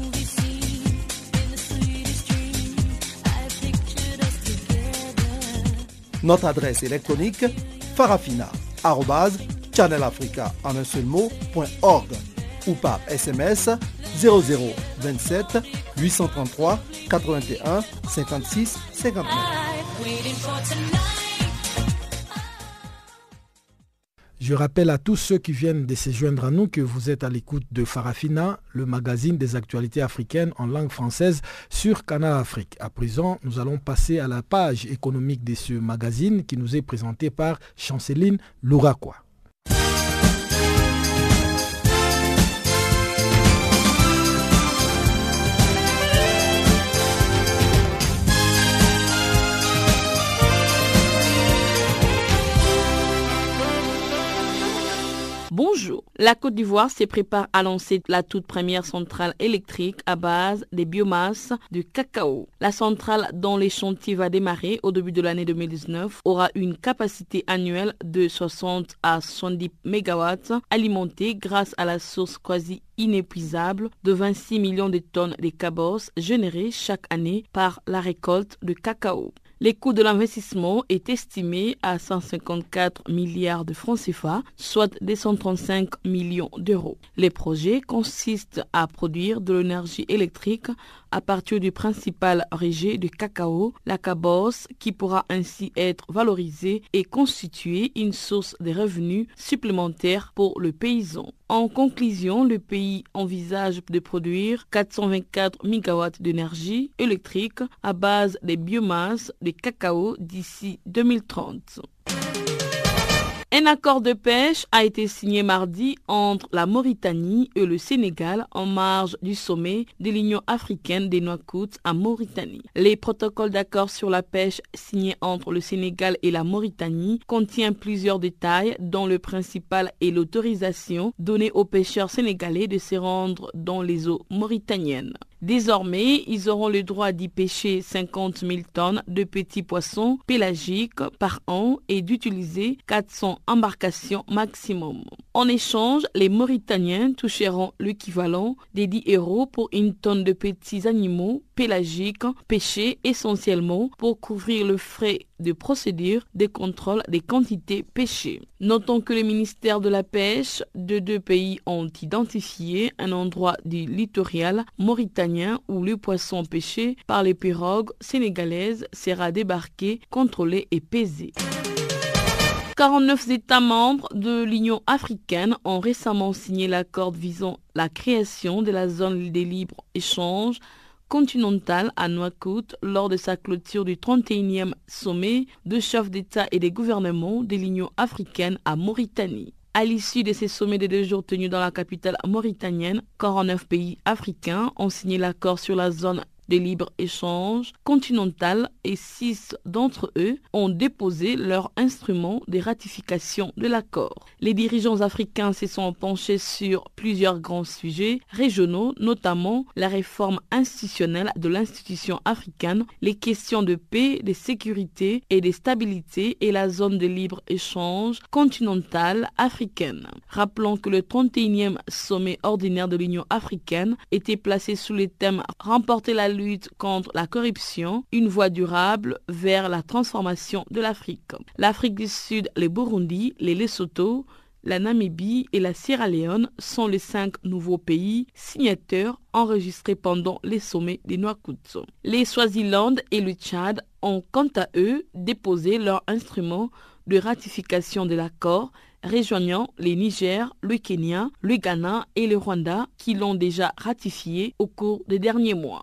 Notre adresse électronique farafina arobase channelafrica en un seul mot point org ou par S M S zéro zéro vingt-sept huit cent trente-trois quatre-vingt-un cinquante-six cinquante-neuf. Je rappelle à tous ceux qui viennent de se joindre à nous que vous êtes à l'écoute de Farafina, le magazine des actualités africaines en langue française sur Canal Afrique. À présent, nous allons passer à la page économique de ce magazine qui nous est présentée par Chanceline Louraquois. Bonjour. La Côte d'Ivoire se prépare à lancer la toute première centrale électrique à base des biomasses de cacao. La centrale dont les chantiers va démarrer au début de l'année deux mille dix-neuf aura une capacité annuelle de soixante à soixante-dix mégawatts alimentée grâce à la source quasi inépuisable de vingt-six millions de tonnes de cabosses générées chaque année par la récolte de cacao. Le coût de l'investissement est estimé à cent cinquante-quatre milliards de francs C F A, soit deux cent trente-cinq millions d'euros. Le projet consiste à produire de l'énergie électrique à partir du principal rejet de cacao, la cabosse, qui pourra ainsi être valorisée et constituer une source de revenus supplémentaires pour le paysan. En conclusion, le pays envisage de produire quatre cent vingt-quatre mégawatts d'énergie électrique à base des biomasses de cacao d'ici deux mille trente. Un accord de pêche a été signé mardi entre la Mauritanie et le Sénégal en marge du sommet de l'Union africaine des Nouakchott à Mauritanie. Les protocoles d'accord sur la pêche signés entre le Sénégal et la Mauritanie contient plusieurs détails dont le principal est l'autorisation donnée aux pêcheurs sénégalais de se rendre dans les eaux mauritaniennes. Désormais, ils auront le droit d'y pêcher cinquante mille tonnes de petits poissons pélagiques par an et d'utiliser quatre cents embarcations maximum. En échange, les Mauritaniens toucheront l'équivalent des dix euros pour une tonne de petits animaux pélagiques pêchés essentiellement pour couvrir le frais de procédure de contrôle des quantités pêchées. Notons que le ministère de la Pêche de deux pays ont identifié un endroit du littoral mauritanien où le poisson pêché par les pirogues sénégalaises sera débarqué, contrôlé et pesé. quarante-neuf États membres de l'Union africaine ont récemment signé l'accord visant la création de la zone de libre-échange continentale à Nouakchott lors de sa clôture du trente et unième sommet de chefs d'État et des gouvernements de l'Union africaine à Mauritanie. À l'issue de ces sommets de deux jours tenus dans la capitale mauritanienne, quarante-neuf pays africains ont signé l'accord sur la zone de libre-échange continental et six d'entre eux ont déposé leur instrument de ratification de l'accord. Les dirigeants africains se sont penchés sur plusieurs grands sujets régionaux, notamment la réforme institutionnelle de l'institution africaine, les questions de paix, de sécurité et de stabilité et la zone de libre-échange continentale africaine. Rappelons que le trente et unième sommet ordinaire de l'Union africaine était placé sous les thèmes « Remporter la lutte contre la corruption, une voie durable vers la transformation de l'Afrique ». L'Afrique du Sud, le Burundi, les Lesotho, la Namibie et la Sierra Leone sont les cinq nouveaux pays signataires enregistrés pendant les sommets de Nouakchott. Les Swaziland et le Tchad ont quant à eux déposé leur instrument de ratification de l'accord, rejoignant les Niger, le Kenya, le Ghana et le Rwanda qui l'ont déjà ratifié au cours des derniers mois.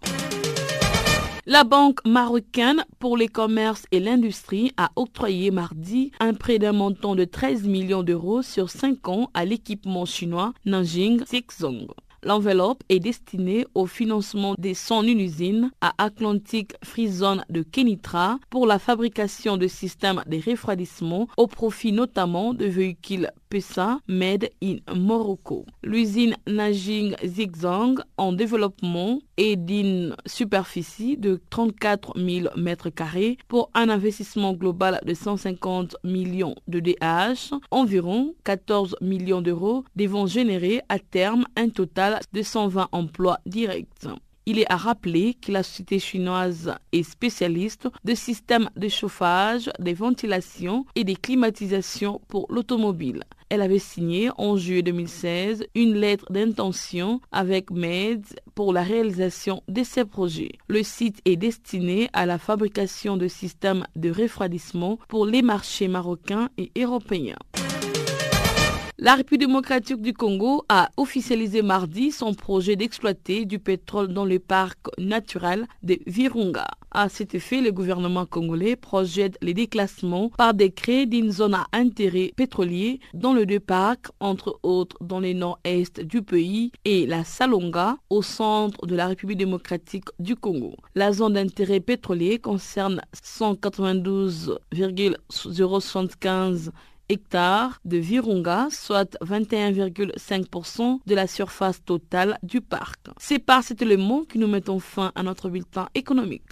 La Banque marocaine pour les commerces et l'industrie a octroyé mardi un prêt d'un montant de treize millions d'euros sur cinq ans à l'équipement chinois Nanjing Xizong. L'enveloppe est destinée au financement des cent une usines à Atlantic Free Zone de Kenitra pour la fabrication de systèmes de refroidissement au profit notamment de véhicules P E S A made in Morocco. L'usine Nanjing Zigzang en développement est d'une superficie de trente-quatre mille mètres carrés pour un investissement global de cent cinquante millions de D H, environ quatorze millions d'euros, devront générer à terme un total de cent vingt emplois directs. Il est à rappeler que la société chinoise est spécialiste de systèmes de chauffage, de ventilation et de climatisation pour l'automobile. Elle avait signé en juillet deux mille seize une lettre d'intention avec M E D pour la réalisation de ces projets. Le site est destiné à la fabrication de systèmes de refroidissement pour les marchés marocains et européens. La République démocratique du Congo a officialisé mardi son projet d'exploiter du pétrole dans le parc naturel de Virunga. À cet effet, le gouvernement congolais projette le déclassement par décret d'une zone à intérêt pétrolier dans les deux parcs, entre autres dans le nord-est du pays et la Salonga au centre de la République démocratique du Congo. La zone d'intérêt pétrolier concerne cent quatre-vingt-douze virgule zéro soixante-quinze hectares de Virunga, soit vingt et un virgule cinq pour cent de la surface totale du parc. C'est par cet élément que nous mettons fin à notre bulletin économique.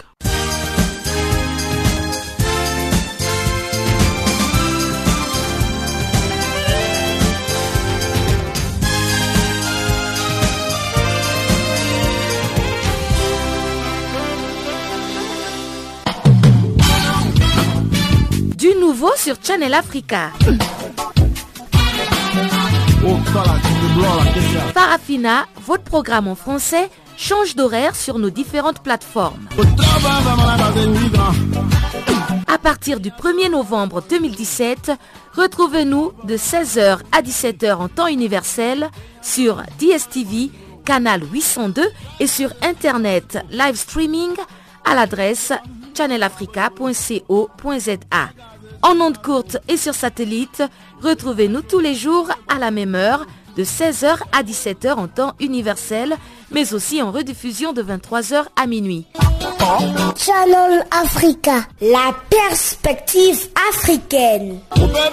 Du nouveau sur Channel Africa. Farafina, votre programme en français, change d'horaire sur nos différentes plateformes. À partir du premier novembre deux mille dix-sept, retrouvez-nous de seize heures à dix-sept heures en temps universel sur D S T V, canal huit cent deux et sur Internet live streaming à l'adresse channel africa point co point za. En ondes courtes et sur satellite, retrouvez-nous tous les jours à la même heure, de seize heures à dix-sept heures en temps universel, mais aussi en rediffusion de vingt-trois heures à minuit. Channel Africa, la perspective africaine.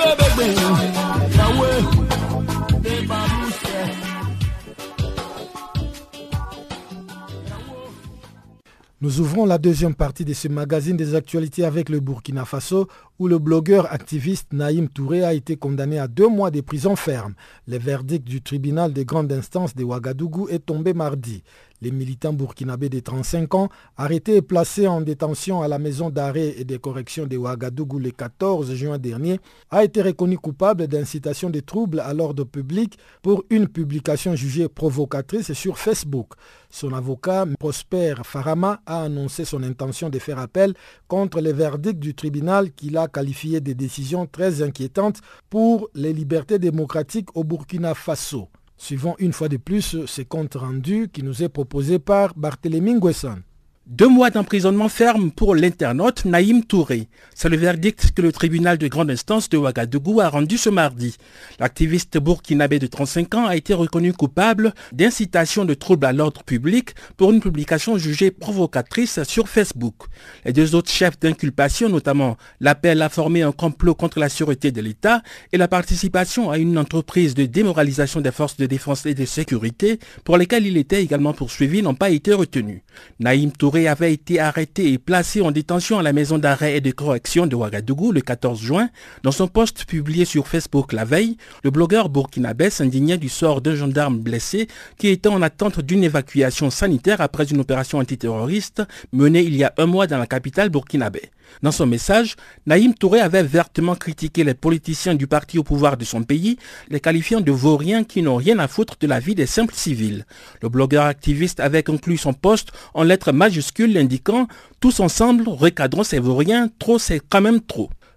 Nous ouvrons la deuxième partie de ce magazine des actualités avec le Burkina Faso, où le blogueur activiste Naïm Touré a été condamné à deux mois de prison ferme. Le verdict du tribunal de grande instance de Ouagadougou est tombé mardi. Les militants burkinabés de trente-cinq ans, arrêtés et placés en détention à la maison d'arrêt et de correction de Ouagadougou le quatorze juin dernier, a été reconnu coupable d'incitation de troubles à l'ordre public pour une publication jugée provocatrice sur Facebook. Son avocat, Prosper Farama, a annoncé son intention de faire appel contre le verdict du tribunal qu'il a qualifié de décision très inquiétante pour les libertés démocratiques au Burkina Faso. Suivons une fois de plus ce compte rendu qui nous est proposé par Barthélémy Nguessan. Deux mois d'emprisonnement ferme pour l'internaute Naïm Touré. C'est le verdict que le tribunal de grande instance de Ouagadougou a rendu ce mardi. L'activiste burkinabé de trente-cinq ans a été reconnu coupable d'incitation de troubles à l'ordre public pour une publication jugée provocatrice sur Facebook. Les deux autres chefs d'inculpation, notamment l'appel à former un complot contre la sûreté de l'État et la participation à une entreprise de démoralisation des forces de défense et de sécurité pour lesquelles il était également poursuivi, n'ont pas été retenus. Naïm Touré avait été arrêté et placé en détention à la maison d'arrêt et de correction de Ouagadougou le quatorze juin. Dans son post publié sur Facebook la veille, le blogueur burkinabé s'indignait du sort d'un gendarme blessé qui était en attente d'une évacuation sanitaire après une opération antiterroriste menée il y a un mois dans la capitale burkinabé. Dans son message, Naïm Touré avait vertement critiqué les politiciens du parti au pouvoir de son pays, les qualifiant de vauriens qui n'ont rien à foutre de la vie des simples civils. Le blogueur activiste avait conclu son post en lettres majuscules indiquant « Tous ensemble, recadrons ces vauriens, trop c'est quand même trop ».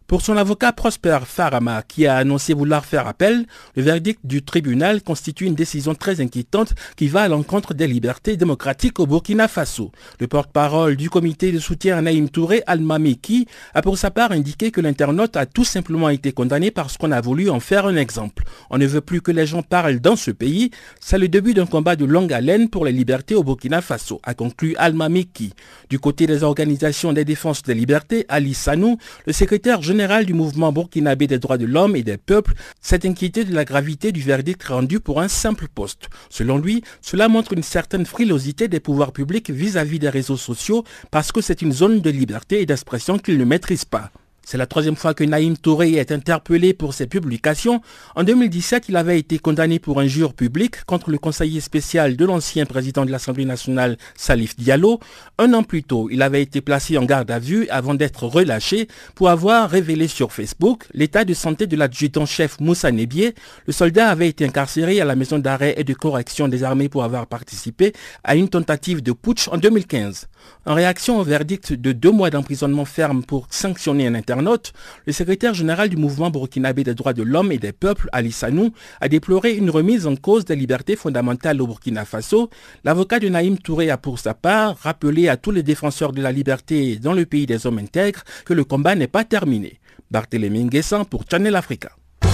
Pour son avocat Prosper Farama, qui a annoncé vouloir faire appel, le verdict du tribunal constitue une décision très inquiétante qui va à l'encontre des libertés démocratiques au Burkina Faso. Le porte-parole du comité de soutien à Naïm Touré, Al-Mamiki, a pour sa part indiqué que l'internaute a tout simplement été condamné parce qu'on a voulu en faire un exemple. On ne veut plus que les gens parlent dans ce pays. C'est le début d'un combat de longue haleine pour les libertés au Burkina Faso, a conclu Al-Mamiki. Du côté des organisations des défenses des libertés, Ali Sanou, le secrétaire général du mouvement burkinabé des droits de l'homme et des peuples, s'est inquiété de la gravité du verdict rendu pour un simple poste. Selon lui, cela montre une certaine frilosité des pouvoirs publics vis-à-vis des réseaux sociaux parce que c'est une zone de liberté et d'expression qu'ils ne maîtrisent pas. C'est la troisième fois que Naïm Touré est interpellé pour ses publications. En deux mille dix-sept, il avait été condamné pour injure publique contre le conseiller spécial de l'ancien président de l'Assemblée nationale, Salif Diallo. Un an plus tôt, il avait été placé en garde à vue avant d'être relâché pour avoir révélé sur Facebook l'état de santé de l'adjudant-chef Moussa Nebié. Le soldat avait été incarcéré à la maison d'arrêt et de correction des armées pour avoir participé à une tentative de putsch en deux mille quinze. En réaction au verdict de deux mois d'emprisonnement ferme pour sanctionner un internaute, le secrétaire général du mouvement burkinabé des droits de l'homme et des peuples, Ali Sanou, a déploré une remise en cause des libertés fondamentales au Burkina Faso. L'avocat de Naïm Touré a pour sa part rappelé à tous les défenseurs de la liberté dans le pays des hommes intègres que le combat n'est pas terminé. Barthélémy Nguessan pour Channel Africa.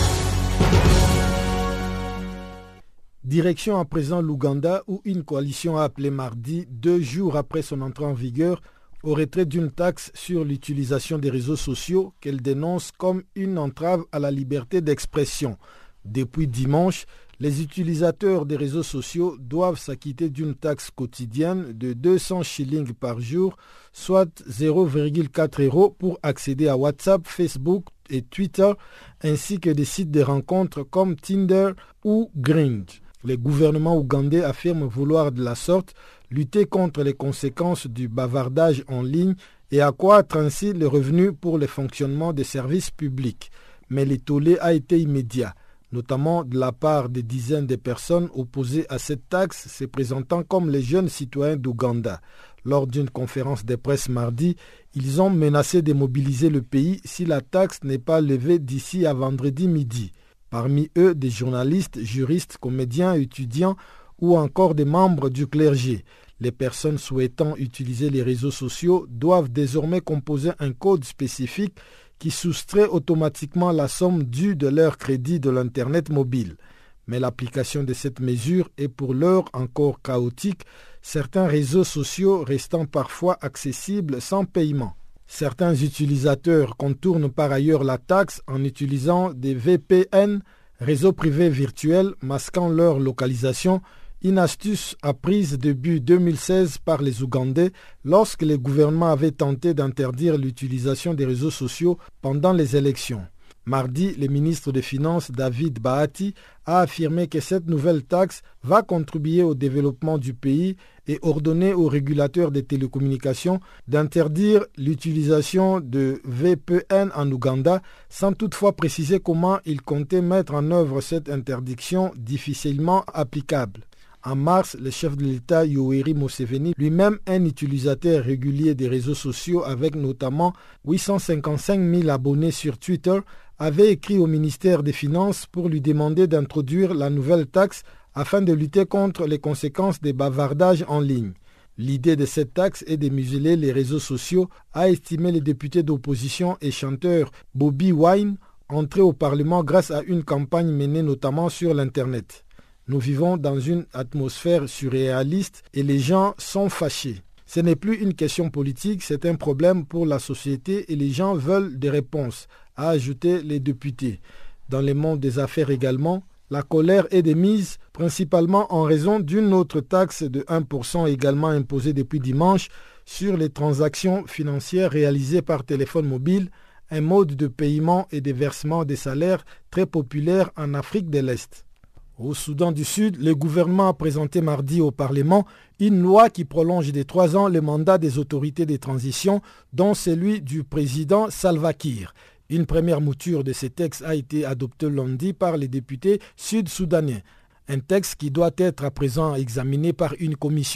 Direction à présent l'Ouganda où une coalition a appelé mardi, deux jours après son entrée en vigueur, au retrait d'une taxe sur l'utilisation des réseaux sociaux qu'elle dénonce comme une entrave à la liberté d'expression. Depuis dimanche, les utilisateurs des réseaux sociaux doivent s'acquitter d'une taxe quotidienne de deux cents shillings par jour, soit zéro virgule quatre euros pour accéder à WhatsApp, Facebook et Twitter, ainsi que des sites de rencontres comme Tinder ou Grindr. Le gouvernement ougandais affirme vouloir de la sorte lutter contre les conséquences du bavardage en ligne et accroître ainsi les revenus pour le fonctionnement des services publics. Mais le tollé a été immédiat, notamment de la part des dizaines de personnes opposées à cette taxe se présentant comme les jeunes citoyens d'Ouganda. Lors d'une conférence de presse mardi, ils ont menacé de mobiliser le pays si la taxe n'est pas levée d'ici à vendredi midi. Parmi eux, des journalistes, juristes, comédiens, étudiants ou encore des membres du clergé. Les personnes souhaitant utiliser les réseaux sociaux doivent désormais composer un code spécifique qui soustrait automatiquement la somme due de leur crédit de l'Internet mobile. Mais l'application de cette mesure est pour l'heure encore chaotique, certains réseaux sociaux restant parfois accessibles sans paiement. Certains utilisateurs contournent par ailleurs la taxe en utilisant des V P N, réseaux privés virtuels masquant leur localisation, une astuce apprise début deux mille seize par les Ougandais lorsque le gouvernement avait tenté d'interdire l'utilisation des réseaux sociaux pendant les élections. Mardi, le ministre des Finances David Bahati a affirmé que cette nouvelle taxe va contribuer au développement du pays et ordonné aux régulateurs des télécommunications d'interdire l'utilisation de V P N en Ouganda, sans toutefois préciser comment il comptait mettre en œuvre cette interdiction difficilement applicable. En mars, le chef de l'État Yoweri Museveni, lui-même un utilisateur régulier des réseaux sociaux avec notamment huit cent cinquante-cinq mille abonnés sur Twitter, avait écrit au ministère des Finances pour lui demander d'introduire la nouvelle taxe afin de lutter contre les conséquences des bavardages en ligne. L'idée de cette taxe est de museler les réseaux sociaux, a estimé le député d'opposition et chanteur Bobby Wine, entré au Parlement grâce à une campagne menée notamment sur l'Internet. Nous vivons dans une atmosphère surréaliste et les gens sont fâchés. Ce n'est plus une question politique, c'est un problème pour la société et les gens veulent des réponses, a ajouté les députés. Dans le monde des affaires également, la colère est démise principalement en raison d'une autre taxe de un pour cent également imposée depuis dimanche sur les transactions financières réalisées par téléphone mobile, un mode de paiement et de versement des salaires très populaire en Afrique de l'Est. Au Soudan du Sud, le gouvernement a présenté mardi au Parlement une loi qui prolonge de trois ans le mandat des autorités de transition, dont celui du président Salva Kiir. Une première mouture de ce texte a été adoptée lundi par les députés sud-soudanais. Un texte qui doit être à présent examiné par une commission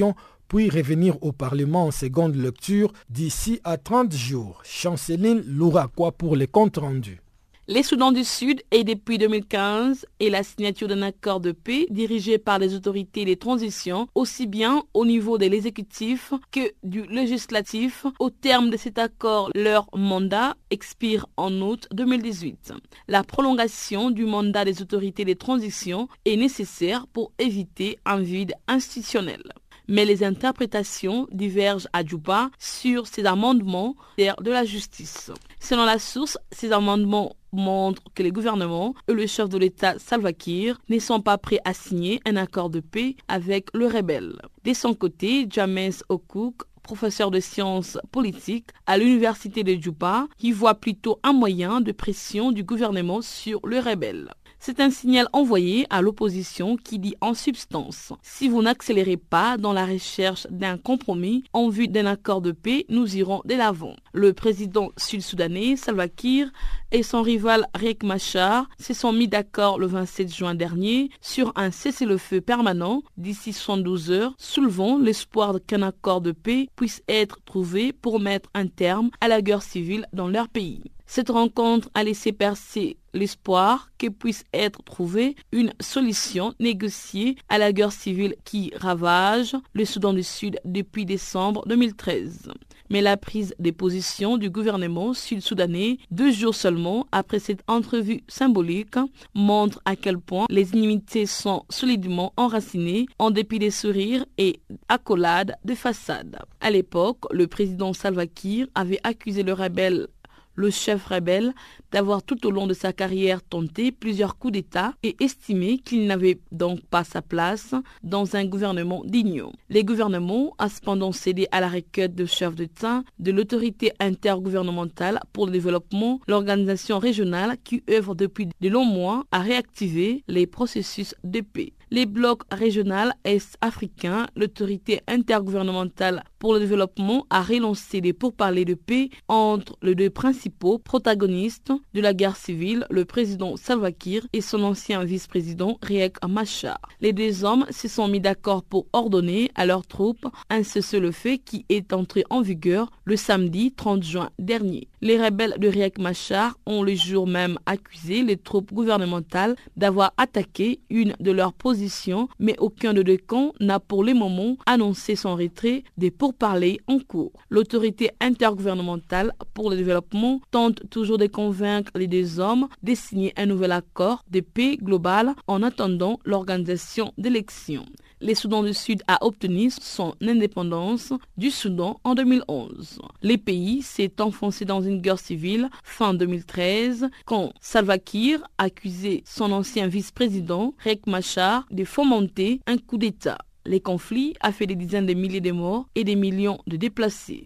puis revenir au Parlement en seconde lecture d'ici à trente jours. Chanceline Louraquois pour les comptes rendus. Les Soudans du Sud est depuis deux mille quinze et la signature d'un accord de paix dirigé par les autorités de transition, aussi bien au niveau de l'exécutif que du législatif. Au terme de cet accord, leur mandat expire en août deux mille dix-huit. La prolongation du mandat des autorités de transition est nécessaire pour éviter un vide institutionnel. Mais les interprétations divergent à Djouba sur ces amendements de la justice. Selon la source, ces amendements montrent que les gouvernements et le chef de l'État Salva Kiir ne sont pas prêts à signer un accord de paix avec le rebelle. De son côté, James Okouk, professeur de sciences politiques à l'université de Djouba, y voit plutôt un moyen de pression du gouvernement sur le rebelle. C'est un signal envoyé à l'opposition qui dit en substance « Si vous n'accélérez pas dans la recherche d'un compromis en vue d'un accord de paix, nous irons de l'avant ». Le président sud-soudanais Salva Kiir et son rival Riek Machar se sont mis d'accord le vingt-sept juin dernier sur un cessez-le-feu permanent d'ici soixante-douze heures, soulevant l'espoir qu'un accord de paix puisse être trouvé pour mettre un terme à la guerre civile dans leur pays. Cette rencontre a laissé percer l'espoir que puisse être trouvée une solution négociée à la guerre civile qui ravage le Soudan du Sud depuis décembre deux mille treize. Mais la prise de position du gouvernement sud-soudanais, deux jours seulement après cette entrevue symbolique, montre à quel point les inimitiés sont solidement enracinées en dépit des sourires et accolades de façade. À l'époque, le président Salva Kiir avait accusé le rebelle le chef rebelle d'avoir tout au long de sa carrière tenté plusieurs coups d'État et estimé qu'il n'avait donc pas sa place dans un gouvernement digne. Les gouvernements ont cependant cédé à la requête du chef d'État de l'autorité intergouvernementale pour le développement, l'organisation régionale qui œuvre depuis de longs mois à réactiver les processus de paix. Les blocs régionaux est-africains, l'autorité intergouvernementale pour le développement a relancé des pourparlers de paix entre les deux principaux protagonistes de la guerre civile, le président Salva Kiir et son ancien vice-président Riek Machar. Les deux hommes se sont mis d'accord pour ordonner à leurs troupes un cessez-le-feu qui est entré en vigueur le samedi trente juin dernier. Les rebelles de Riek Machar ont le jour même accusé les troupes gouvernementales d'avoir attaqué une de leurs positions, mais aucun de deux camps n'a pour le moment annoncé son retrait des pourparlers en cours. L'autorité intergouvernementale pour le développement tente toujours de convaincre les deux hommes de signer un nouvel accord de paix global en attendant l'organisation d'élections. Le Soudan du Sud a obtenu son indépendance du Soudan en deux mille onze. Le pays s'est enfoncé dans une guerre civile fin deux mille treize quand Salva Kiir accusait son ancien vice-président Riek Machar de fomenter un coup d'État. Les conflits ont fait des dizaines de milliers de morts et des millions de déplacés.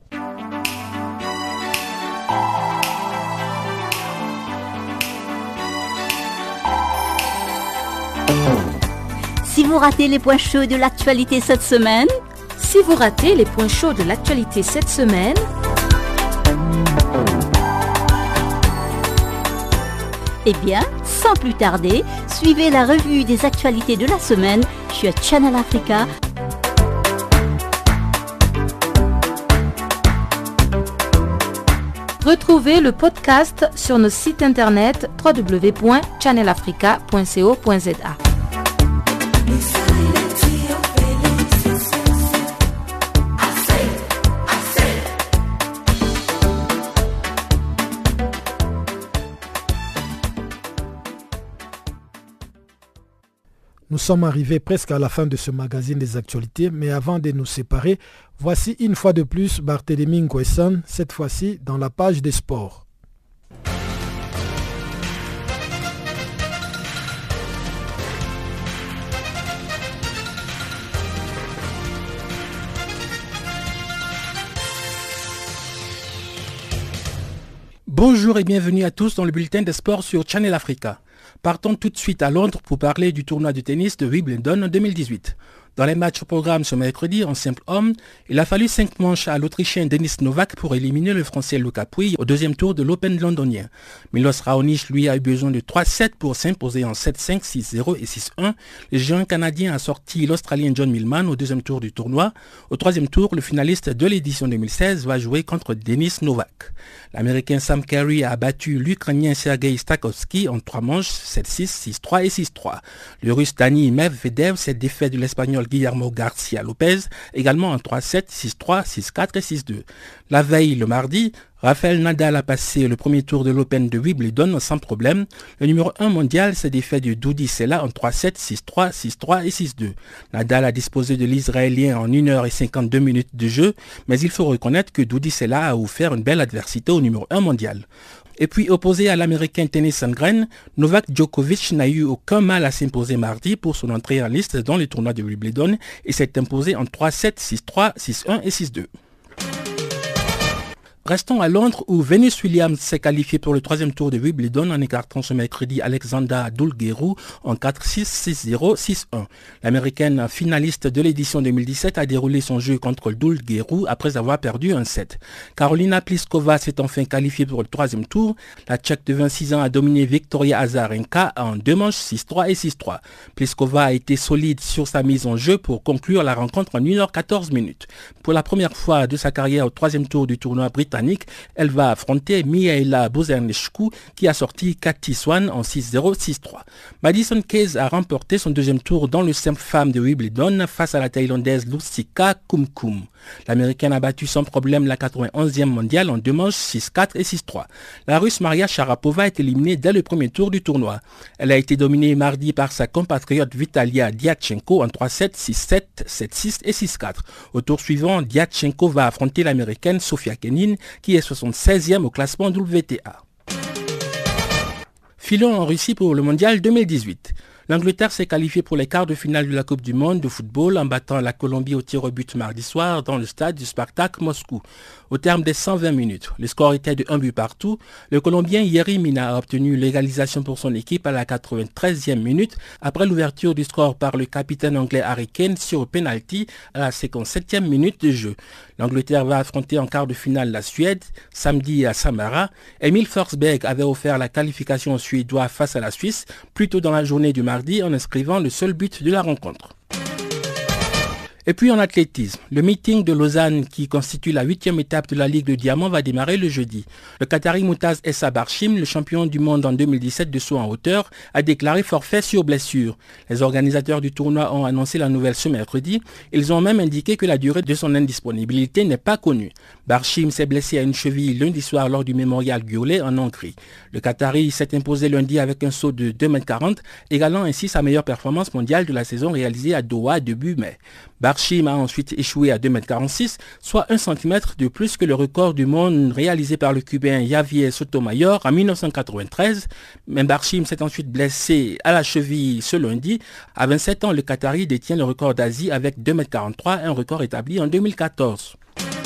Si vous ratez les points chauds de l'actualité cette semaine, si vous ratez les points chauds de l'actualité cette semaine, eh bien, sans plus tarder, suivez la revue des actualités de la semaine sur Channel Africa. Retrouvez le podcast sur nos sites internet w w w point channel africa point co point za. Nous sommes arrivés presque à la fin de ce magazine des actualités, mais avant de nous séparer, voici une fois de plus Barthélémy Nguessan, cette fois-ci dans la page des sports. Bonjour et bienvenue à tous dans le bulletin des sports sur Channel Africa. Partons tout de suite à Londres pour parler du tournoi de tennis de Wimbledon deux mille dix-huit. Dans les matchs au programme ce mercredi, en simple homme, il a fallu cinq manches à l'Autrichien Denis Novak pour éliminer le Français Luca Pouille au deuxième tour de l'Open londonien. Milos Raonic, lui, a eu besoin de trois sept pour s'imposer en sept cinq, six zéro et six un. Le géant canadien a sorti l'Australien John Millman au deuxième tour du tournoi. Au troisième tour, le finaliste de l'édition deux mille seize va jouer contre Denis Novak. L'Américain Sam Querrey a battu l'Ukrainien Sergei Stakhovsky en trois manches, sept six, six trois et six trois. Le Russe Dani Medvedev s'est défait de l'Espagnol Guillermo Garcia Lopez, également en trois sept, six trois, six quatre et six deux. La veille, le mardi, Rafael Nadal a passé le premier tour de l'Open de Wimbledon sans problème. Le numéro un mondial s'est défait de Dudi Sela en trois sept, six trois, six trois et six deux. Nadal a disposé de l'Israélien en une heure cinquante-deux minutes de jeu, mais il faut reconnaître que Dudi Sela a offert une belle adversité au numéro un mondial. Et puis opposé à l'Américain Tennis Sandgren, Novak Djokovic n'a eu aucun mal à s'imposer mardi pour son entrée en liste dans le tournoi de Wimbledon et s'est imposé en trois sept, six trois, six un et six deux. Restons à Londres où Venus Williams s'est qualifié pour le troisième tour de Wimbledon en écartant ce mercredi Alexandra Dulgeru en quatre six, six zéro, six un. L'américaine finaliste de l'édition deux mille dix-sept a déroulé son jeu contre Dulgeru après avoir perdu un set. Karolina Pliskova s'est enfin qualifiée pour le troisième tour. La Tchèque de vingt-six ans a dominé Victoria Azarenka en deux manches six trois et six trois. Pliskova a été solide sur sa mise en jeu pour conclure la rencontre en une heure quatorze minutes. Pour la première fois de sa carrière au troisième tour du tournoi britannique, elle va affronter Mihaela Bozerneshku qui a sorti Cathy Swan en six zéro, six trois. Madison Keys a remporté son deuxième tour dans le simple femme de Wimbledon face à la Thaïlandaise Lutsika Kumkum. L'Américaine a battu sans problème la quatre-vingt-onzième mondiale en deux manches six quatre et six trois. La Russe Maria Sharapova est éliminée dès le premier tour du tournoi. Elle a été dominée mardi par sa compatriote Vitalia Diatchenko en trois sept, six sept, sept six et six quatre. Au tour suivant, Diatchenko va affronter l'Américaine Sofia Kenin qui est soixante-seizième au classement W T A. Filons en Russie pour le mondial deux mille dix-huit. L'Angleterre s'est qualifiée pour les quarts de finale de la Coupe du Monde de football en battant la Colombie au tir au but mardi soir dans le stade du Spartak Moscou. Au terme des cent vingt minutes, le score était de un but partout. Le Colombien Yerry Mina a obtenu l'égalisation pour son équipe à la quatre-vingt-treizième minute après l'ouverture du score par le capitaine anglais Harry Kane sur penalty à la cinquante-septième minute de jeu. L'Angleterre va affronter en quart de finale la Suède samedi à Samara. Emil Forsberg avait offert la qualification aux Suédois face à la Suisse plus tôt dans la journée du mardi en inscrivant le seul but de la rencontre. Et puis en athlétisme, le meeting de Lausanne qui constitue la huitième étape de la Ligue de Diamant va démarrer le jeudi. Le Qatari Moutaz Essa Barshim, le champion du monde en deux mille dix-sept de saut en hauteur, a déclaré forfait sur blessure. Les organisateurs du tournoi ont annoncé la nouvelle ce mercredi. Ils ont même indiqué que la durée de son indisponibilité n'est pas connue. Barshim s'est blessé à une cheville lundi soir lors du mémorial Gurley en Hongrie. Le Qatari s'est imposé lundi avec un saut de deux mètres quarante, égalant ainsi sa meilleure performance mondiale de la saison réalisée à Doha début mai. Barshim a ensuite échoué à deux mètres quarante-six, soit un centimètre de plus que le record du monde réalisé par le Cubain Javier Sotomayor en mille neuf cent quatre-vingt-treize. Mais Barshim s'est ensuite blessé à la cheville ce lundi. À vingt-sept ans, le Qatari détient le record d'Asie avec deux mètres quarante-trois, un record établi en deux mille quatorze.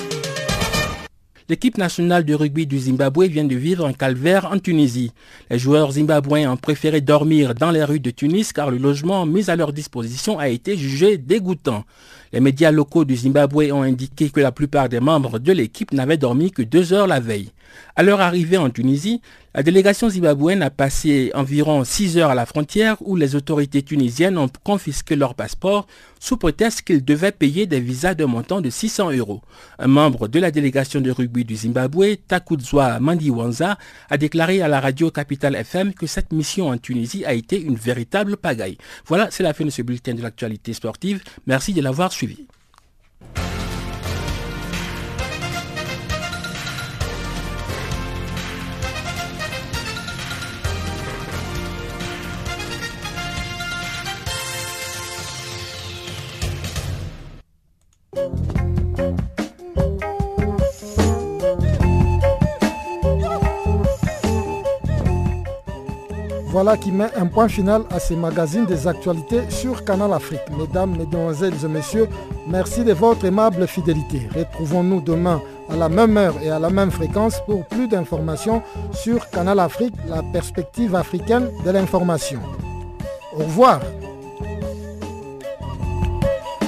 L'équipe nationale de rugby du Zimbabwe vient de vivre un calvaire en Tunisie. Les joueurs zimbabwéens ont préféré dormir dans les rues de Tunis car le logement mis à leur disposition a été jugé dégoûtant. Les médias locaux du Zimbabwe ont indiqué que la plupart des membres de l'équipe n'avaient dormi que deux heures la veille. À leur arrivée en Tunisie, la délégation zimbabwéenne a passé environ six heures à la frontière où les autorités tunisiennes ont confisqué leur passeport sous prétexte qu'ils devaient payer des visas d'un montant de six cents euros. Un membre de la délégation de rugby du Zimbabwe, Takudzwa Mandiwanza, a déclaré à la radio Capital F M que cette mission en Tunisie a été une véritable pagaille. Voilà, c'est la fin de ce bulletin de l'actualité sportive. Merci de l'avoir suivi. Voilà qui met un point final à ces magazines des actualités sur Canal Afrique. Mesdames, Mesdemoiselles et Messieurs, merci de votre aimable fidélité. Retrouvons-nous demain à la même heure et à la même fréquence pour plus d'informations sur Canal Afrique, la perspective africaine de l'information. Au revoir.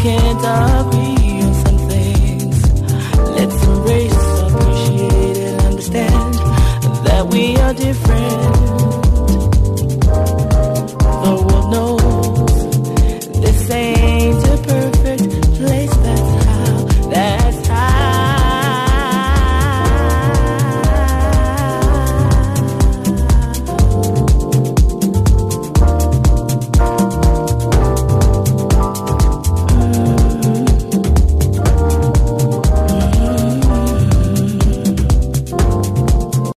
can't agree on some things. Let's embrace, appreciate, and understand that we are different.